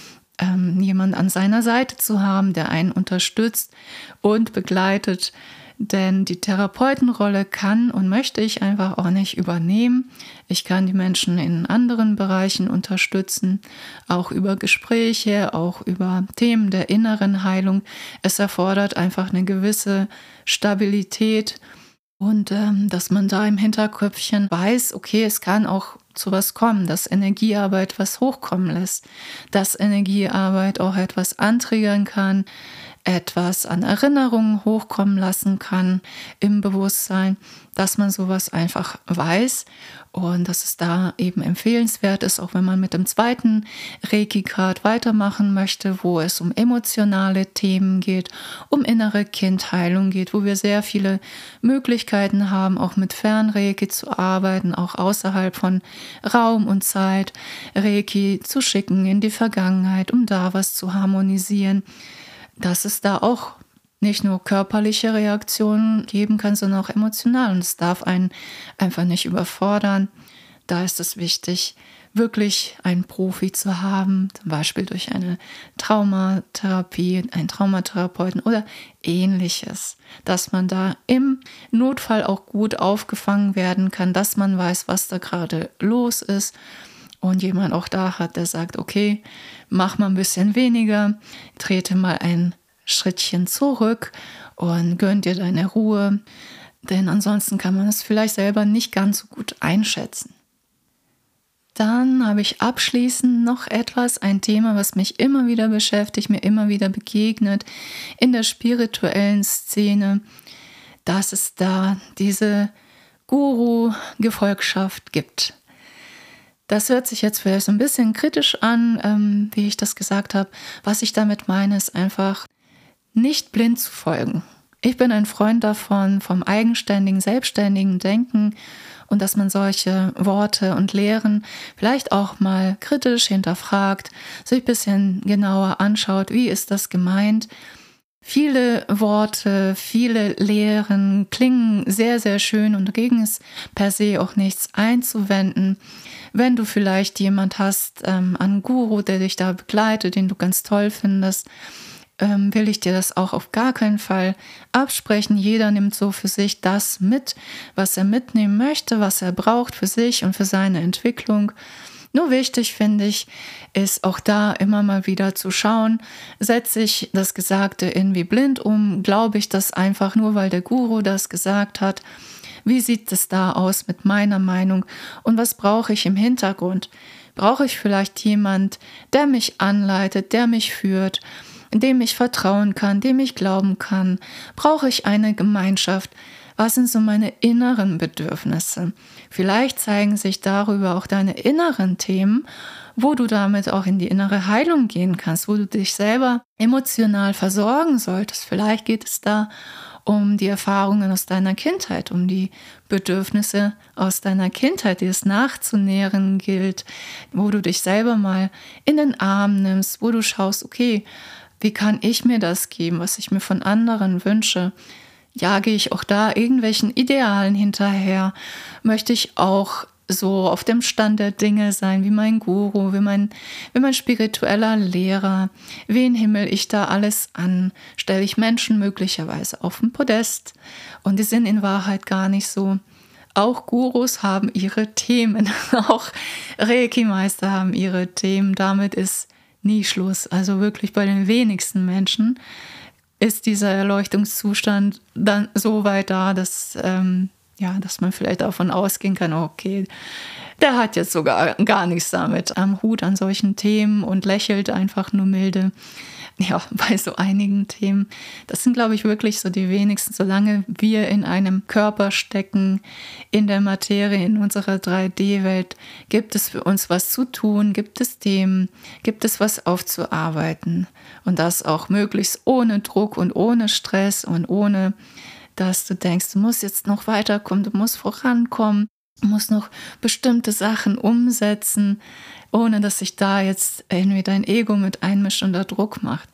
ähm, jemand an seiner Seite zu haben, der einen unterstützt und begleitet. Denn die Therapeutenrolle kann und möchte ich einfach auch nicht übernehmen. Ich kann die Menschen in anderen Bereichen unterstützen, auch über Gespräche, auch über Themen der inneren Heilung. Es erfordert einfach eine gewisse Stabilität und ähm, dass man da im Hinterköpfchen weiß, okay, es kann auch zu was kommen, dass Energiearbeit was hochkommen lässt, dass Energiearbeit auch etwas antriggern kann, etwas an Erinnerungen hochkommen lassen kann im Bewusstsein, dass man sowas einfach weiß und dass es da eben empfehlenswert ist, auch wenn man mit dem zweiten Reiki-Grad weitermachen möchte, wo es um emotionale Themen geht, um innere Kindheilung geht, wo wir sehr viele Möglichkeiten haben, auch mit Fernreiki zu arbeiten, auch außerhalb von Raum und Zeit Reiki zu schicken in die Vergangenheit, um da was zu harmonisieren. Dass es da auch nicht nur körperliche Reaktionen geben kann, sondern auch emotional. Und es darf einen einfach nicht überfordern. Da ist es wichtig, wirklich einen Profi zu haben, zum Beispiel durch eine Traumatherapie, einen Traumatherapeuten oder ähnliches, dass man da im Notfall auch gut aufgefangen werden kann, dass man weiß, was da gerade los ist. Und jemand auch da hat, der sagt, okay, mach mal ein bisschen weniger, trete mal ein Schrittchen zurück und gönn dir deine Ruhe, denn ansonsten kann man es vielleicht selber nicht ganz so gut einschätzen. Dann habe ich abschließend noch etwas, ein Thema, was mich immer wieder beschäftigt, mir immer wieder begegnet in der spirituellen Szene, dass es da diese Guru-Gefolgschaft gibt. Das hört sich jetzt vielleicht so ein bisschen kritisch an, ähm, wie ich das gesagt habe. Was ich damit meine, ist einfach nicht blind zu folgen. Ich bin ein Freund davon, vom eigenständigen, selbstständigen Denken und dass man solche Worte und Lehren vielleicht auch mal kritisch hinterfragt, sich ein bisschen genauer anschaut, wie ist das gemeint. Viele Worte, viele Lehren klingen sehr, sehr schön und dagegen ist per se auch nichts einzuwenden. Wenn du vielleicht jemand hast, ähm, einen Guru, der dich da begleitet, den du ganz toll findest, ähm, will ich dir das auch auf gar keinen Fall absprechen. Jeder nimmt so für sich das mit, was er mitnehmen möchte, was er braucht für sich und für seine Entwicklung. Nur wichtig, finde ich, ist auch da immer mal wieder zu schauen, setze ich das Gesagte irgendwie blind um, glaube ich das einfach nur, weil der Guru das gesagt hat. Wie sieht es da aus mit meiner Meinung und was brauche ich im Hintergrund? Brauche ich vielleicht jemand, der mich anleitet, der mich führt, dem ich vertrauen kann, dem ich glauben kann? Brauche ich eine Gemeinschaft? Was sind so meine inneren Bedürfnisse? Vielleicht zeigen sich darüber auch deine inneren Themen, wo du damit auch in die innere Heilung gehen kannst, wo du dich selber emotional versorgen solltest. Vielleicht geht es da um die Erfahrungen aus deiner Kindheit, um die Bedürfnisse aus deiner Kindheit, die es nachzunähren gilt, wo du dich selber mal in den Arm nimmst, wo du schaust, okay, wie kann ich mir das geben, was ich mir von anderen wünsche? Jage ich auch da irgendwelchen Idealen hinterher? Möchte ich auch so auf dem Stand der Dinge sein, wie mein Guru, wie mein, wie mein spiritueller Lehrer? Wen himmel ich da alles an? Stelle ich Menschen möglicherweise auf den Podest? Und die sind in Wahrheit gar nicht so. Auch Gurus haben ihre Themen, auch Reiki-Meister haben ihre Themen. Damit ist nie Schluss. Also wirklich bei den wenigsten Menschen ist dieser Erleuchtungszustand dann so weit da, dass, ähm, ja, dass man vielleicht davon ausgehen kann, okay, der hat jetzt sogar gar nichts damit am Hut an solchen Themen und lächelt einfach nur milde. Ja, bei so einigen Themen. Das sind, glaube ich, wirklich so die wenigsten. Solange wir in einem Körper stecken, in der Materie, in unserer drei D-Welt, gibt es für uns was zu tun, gibt es Themen, gibt es was aufzuarbeiten. Und das auch möglichst ohne Druck und ohne Stress und ohne, dass du denkst, du musst jetzt noch weiterkommen, du musst vorankommen, du musst noch bestimmte Sachen umsetzen, ohne dass sich da jetzt irgendwie dein Ego mit einmischt und da Druck macht.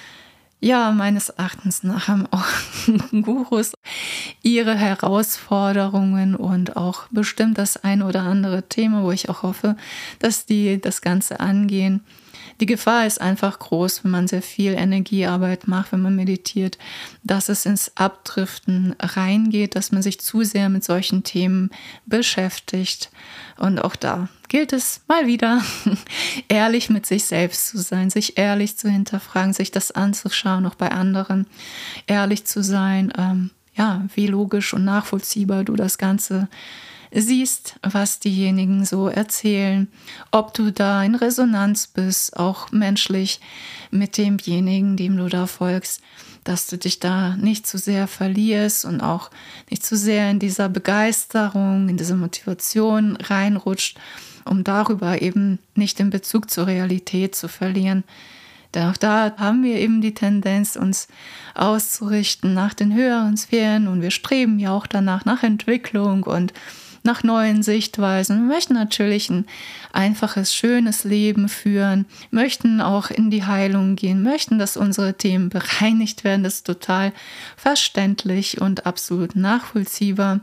Ja, meines Erachtens nach haben auch Gurus ihre Herausforderungen und auch bestimmt das ein oder andere Thema, wo ich auch hoffe, dass die das Ganze angehen. Die Gefahr ist einfach groß, wenn man sehr viel Energiearbeit macht, wenn man meditiert, dass es ins Abdriften reingeht, dass man sich zu sehr mit solchen Themen beschäftigt. Und auch da gilt es mal wieder, ehrlich mit sich selbst zu sein, sich ehrlich zu hinterfragen, sich das anzuschauen, auch bei anderen, ehrlich zu sein, ähm, ja, wie logisch und nachvollziehbar du das Ganze siehst, was diejenigen so erzählen, ob du da in Resonanz bist, auch menschlich mit demjenigen, dem du da folgst, dass du dich da nicht zu sehr verlierst und auch nicht zu sehr in dieser Begeisterung, in diese Motivation reinrutscht, um darüber eben nicht den Bezug zur Realität zu verlieren. Denn auch da haben wir eben die Tendenz, uns auszurichten nach den höheren Sphären und wir streben ja auch danach nach Entwicklung und nach neuen Sichtweisen. Wir möchten natürlich ein einfaches, schönes Leben führen, möchten auch in die Heilung gehen, möchten, dass unsere Themen bereinigt werden. Das ist total verständlich und absolut nachvollziehbar.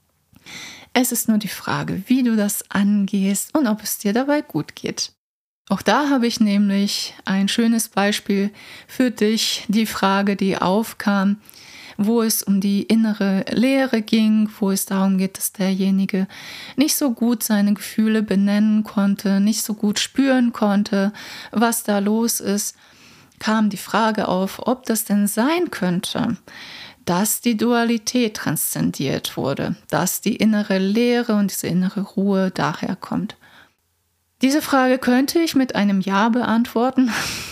Es ist nur die Frage, wie du das angehst und ob es dir dabei gut geht. Auch da habe ich nämlich ein schönes Beispiel für dich, die Frage, die aufkam, wo es um die innere Leere ging, wo es darum geht, dass derjenige nicht so gut seine Gefühle benennen konnte, nicht so gut spüren konnte, was da los ist, kam die Frage auf, ob das denn sein könnte, dass die Dualität transzendiert wurde, dass die innere Leere und diese innere Ruhe daher kommt. Diese Frage könnte ich mit einem Ja beantworten.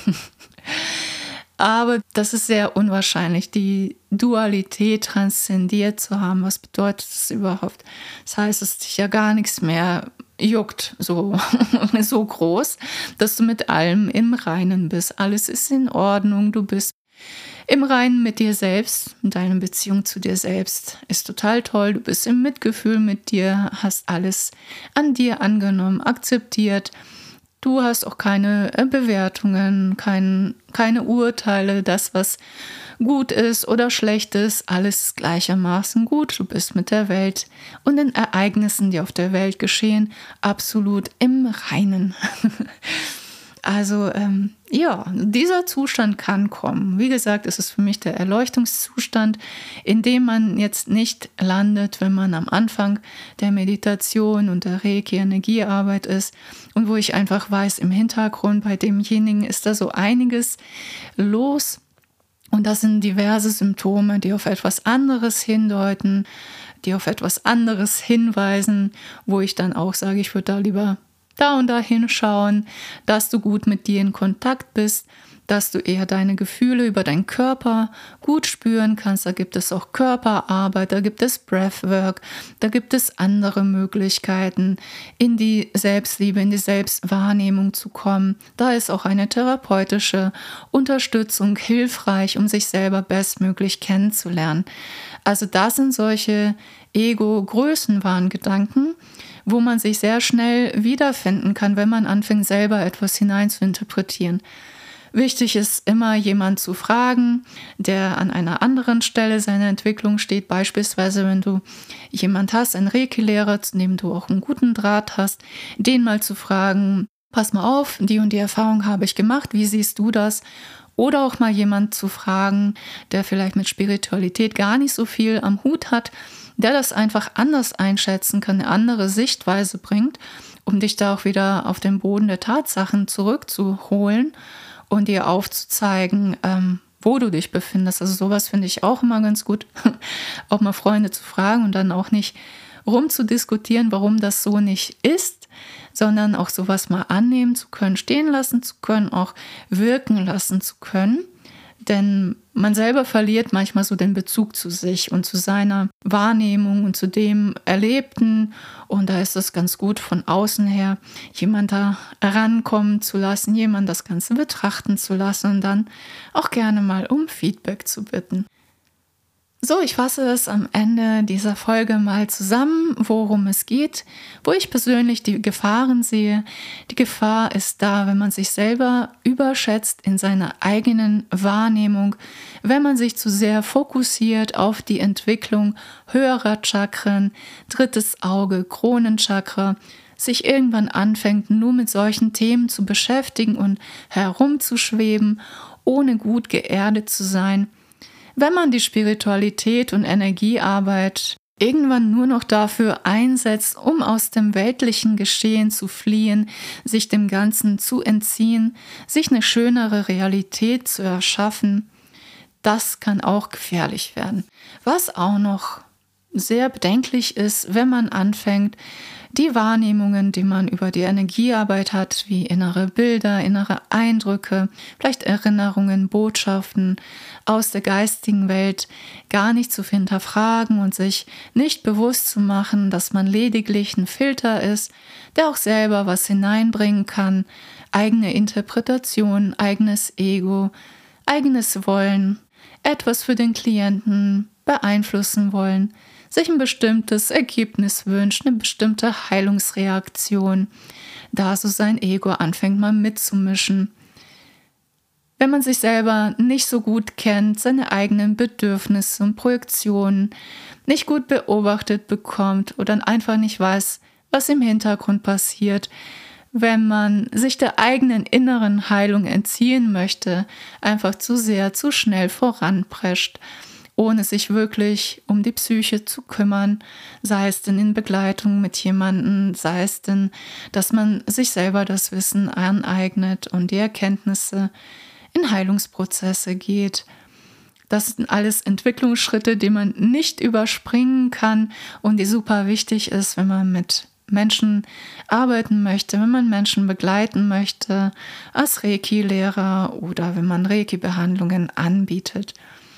Aber das ist sehr unwahrscheinlich, die Dualität transzendiert zu haben. Was bedeutet das überhaupt? Das heißt, dass dich ja gar nichts mehr juckt, so, so groß, dass du mit allem im Reinen bist. Alles ist in Ordnung, du bist im Reinen mit dir selbst, deine Beziehung zu dir selbst ist total toll. Du bist im Mitgefühl mit dir, hast alles an dir angenommen, akzeptiert. Du hast auch keine Bewertungen, kein, keine Urteile, das, was gut ist oder schlecht ist, alles gleichermaßen gut. Du bist mit der Welt und den Ereignissen, die auf der Welt geschehen, absolut im Reinen. Also ähm, ja, dieser Zustand kann kommen. Wie gesagt, es ist für mich der Erleuchtungszustand, in dem man jetzt nicht landet, wenn man am Anfang der Meditation und der Reiki-Energiearbeit ist und wo ich einfach weiß, im Hintergrund bei demjenigen ist da so einiges los und das sind diverse Symptome, die auf etwas anderes hindeuten, die auf etwas anderes hinweisen, wo ich dann auch sage, ich würde da lieber da und da hinschauen, dass du gut mit dir in Kontakt bist, dass du eher deine Gefühle über deinen Körper gut spüren kannst. Da gibt es auch Körperarbeit, da gibt es Breathwork, da gibt es andere Möglichkeiten, in die Selbstliebe, in die Selbstwahrnehmung zu kommen. Da ist auch eine therapeutische Unterstützung hilfreich, um sich selber bestmöglich kennenzulernen. Also das sind solche Ego-Größenwahngedanken, wo man sich sehr schnell wiederfinden kann, wenn man anfängt, selber etwas hineinzuinterpretieren. Wichtig ist immer, jemanden zu fragen, der an einer anderen Stelle seiner Entwicklung steht. Beispielsweise, wenn du jemanden hast, einen Reiki-Lehrer, zu dem du auch einen guten Draht hast, den mal zu fragen, pass mal auf, die und die Erfahrung habe ich gemacht, wie siehst du das? Oder auch mal jemanden zu fragen, der vielleicht mit Spiritualität gar nicht so viel am Hut hat, der das einfach anders einschätzen kann, eine andere Sichtweise bringt, um dich da auch wieder auf den Boden der Tatsachen zurückzuholen und dir aufzuzeigen, ähm, wo du dich befindest. Also sowas finde ich auch immer ganz gut, auch mal Freunde zu fragen und dann auch nicht rumzudiskutieren, warum das so nicht ist, sondern auch sowas mal annehmen zu können, stehen lassen zu können, auch wirken lassen zu können. Denn man selber verliert manchmal so den Bezug zu sich und zu seiner Wahrnehmung und zu dem Erlebten. Und da ist es ganz gut, von außen her jemand da rankommen zu lassen, jemand das Ganze betrachten zu lassen und dann auch gerne mal um Feedback zu bitten. So, ich fasse es am Ende dieser Folge mal zusammen, worum es geht, wo ich persönlich die Gefahren sehe. Die Gefahr ist da, wenn man sich selber überschätzt in seiner eigenen Wahrnehmung, wenn man sich zu sehr fokussiert auf die Entwicklung höherer Chakren, drittes Auge, Kronenchakra, sich irgendwann anfängt, nur mit solchen Themen zu beschäftigen und herumzuschweben, ohne gut geerdet zu sein. Wenn man die Spiritualität und Energiearbeit irgendwann nur noch dafür einsetzt, um aus dem weltlichen Geschehen zu fliehen, sich dem Ganzen zu entziehen, sich eine schönere Realität zu erschaffen, das kann auch gefährlich werden. Was auch noch sehr bedenklich ist, wenn man anfängt, die Wahrnehmungen, die man über die Energiearbeit hat, wie innere Bilder, innere Eindrücke, vielleicht Erinnerungen, Botschaften aus der geistigen Welt, gar nicht zu hinterfragen und sich nicht bewusst zu machen, dass man lediglich ein Filter ist, der auch selber was hineinbringen kann, eigene Interpretation, eigenes Ego, eigenes Wollen, etwas für den Klienten beeinflussen wollen, sich ein bestimmtes Ergebnis wünscht, eine bestimmte Heilungsreaktion, da so sein Ego anfängt mal mitzumischen. Wenn man sich selber nicht so gut kennt, seine eigenen Bedürfnisse und Projektionen nicht gut beobachtet bekommt oder einfach nicht weiß, was im Hintergrund passiert, wenn man sich der eigenen inneren Heilung entziehen möchte, einfach zu sehr, zu schnell voranprescht, ohne sich wirklich um die Psyche zu kümmern, sei es denn in Begleitung mit jemandem, sei es denn, dass man sich selber das Wissen aneignet und die Erkenntnisse in Heilungsprozesse geht. Das sind alles Entwicklungsschritte, die man nicht überspringen kann und die super wichtig ist, wenn man mit Menschen arbeiten möchte, wenn man Menschen begleiten möchte, als Reiki-Lehrer oder wenn man Reiki-Behandlungen anbietet.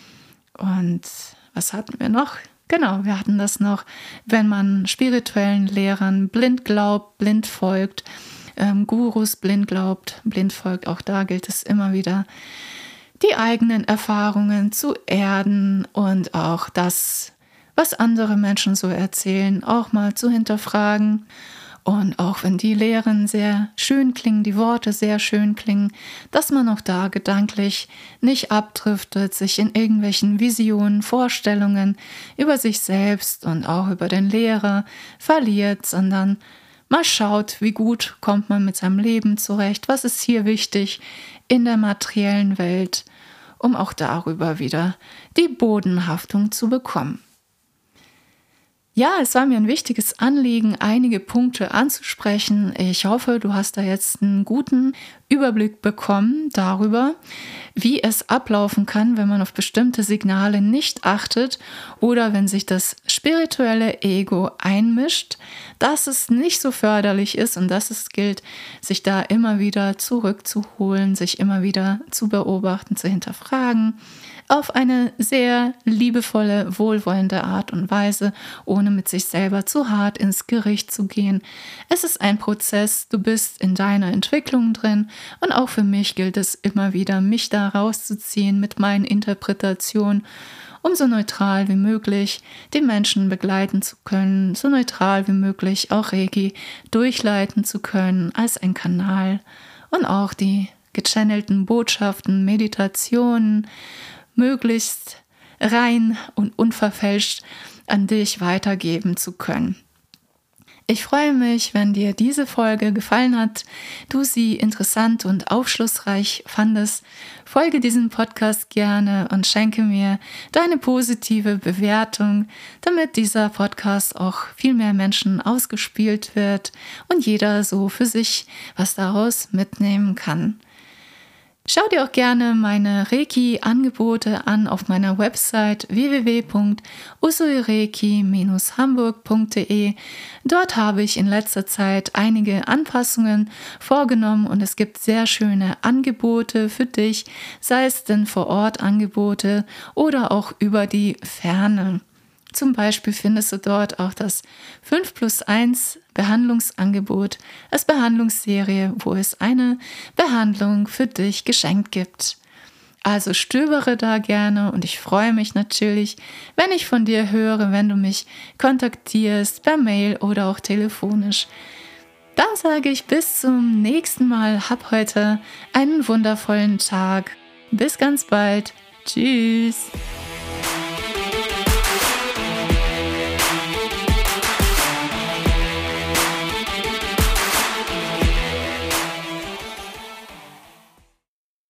Und was hatten wir noch? Genau, wir hatten das noch, wenn man spirituellen Lehrern blind glaubt, blind folgt, ähm, Gurus blind glaubt, blind folgt, auch da gilt es immer wieder, die eigenen Erfahrungen zu erden und auch das, was andere Menschen so erzählen, auch mal zu hinterfragen. Und auch wenn die Lehren sehr schön klingen, die Worte sehr schön klingen, dass man auch da gedanklich nicht abdriftet, sich in irgendwelchen Visionen, Vorstellungen über sich selbst und auch über den Lehrer verliert, sondern mal schaut, wie gut kommt man mit seinem Leben zurecht, was ist hier wichtig in der materiellen Welt, um auch darüber wieder die Bodenhaftung zu bekommen. Ja, es war mir ein wichtiges Anliegen, einige Punkte anzusprechen. Ich hoffe, du hast da jetzt einen guten Überblick bekommen darüber, wie es ablaufen kann, wenn man auf bestimmte Signale nicht achtet oder wenn sich das spirituelle Ego einmischt, dass es nicht so förderlich ist und dass es gilt, sich da immer wieder zurückzuholen, sich immer wieder zu beobachten, zu hinterfragen, auf eine sehr liebevolle, wohlwollende Art und Weise, ohne mit sich selber zu hart ins Gericht zu gehen. Es ist ein Prozess, du bist in deiner Entwicklung drin und auch für mich gilt es immer wieder, mich da rauszuziehen mit meinen Interpretationen, um so neutral wie möglich die Menschen begleiten zu können, so neutral wie möglich auch Reiki durchleiten zu können als ein Kanal und auch die gechannelten Botschaften, Meditationen, möglichst rein und unverfälscht an dich weitergeben zu können. Ich freue mich, wenn dir diese Folge gefallen hat, du sie interessant und aufschlussreich fandest. Folge diesem Podcast gerne und schenke mir deine positive Bewertung, damit dieser Podcast auch viel mehr Menschen ausgespielt wird und jeder so für sich was daraus mitnehmen kann. Schau dir auch gerne meine Reiki-Angebote an auf meiner Website w w w punkt usuireiki Bindestrich hamburg punkt de. Dort habe ich in letzter Zeit einige Anpassungen vorgenommen und es gibt sehr schöne Angebote für dich, sei es denn Vor-Ort-Angebote oder auch über die Ferne. Zum Beispiel findest du dort auch das fünf plus eins Behandlungsangebot als Behandlungsserie, wo es eine Behandlung für dich geschenkt gibt. Also stöbere da gerne und ich freue mich natürlich, wenn ich von dir höre, wenn du mich kontaktierst per Mail oder auch telefonisch. Dann sage ich bis zum nächsten Mal. Hab heute einen wundervollen Tag. Bis ganz bald. Tschüss.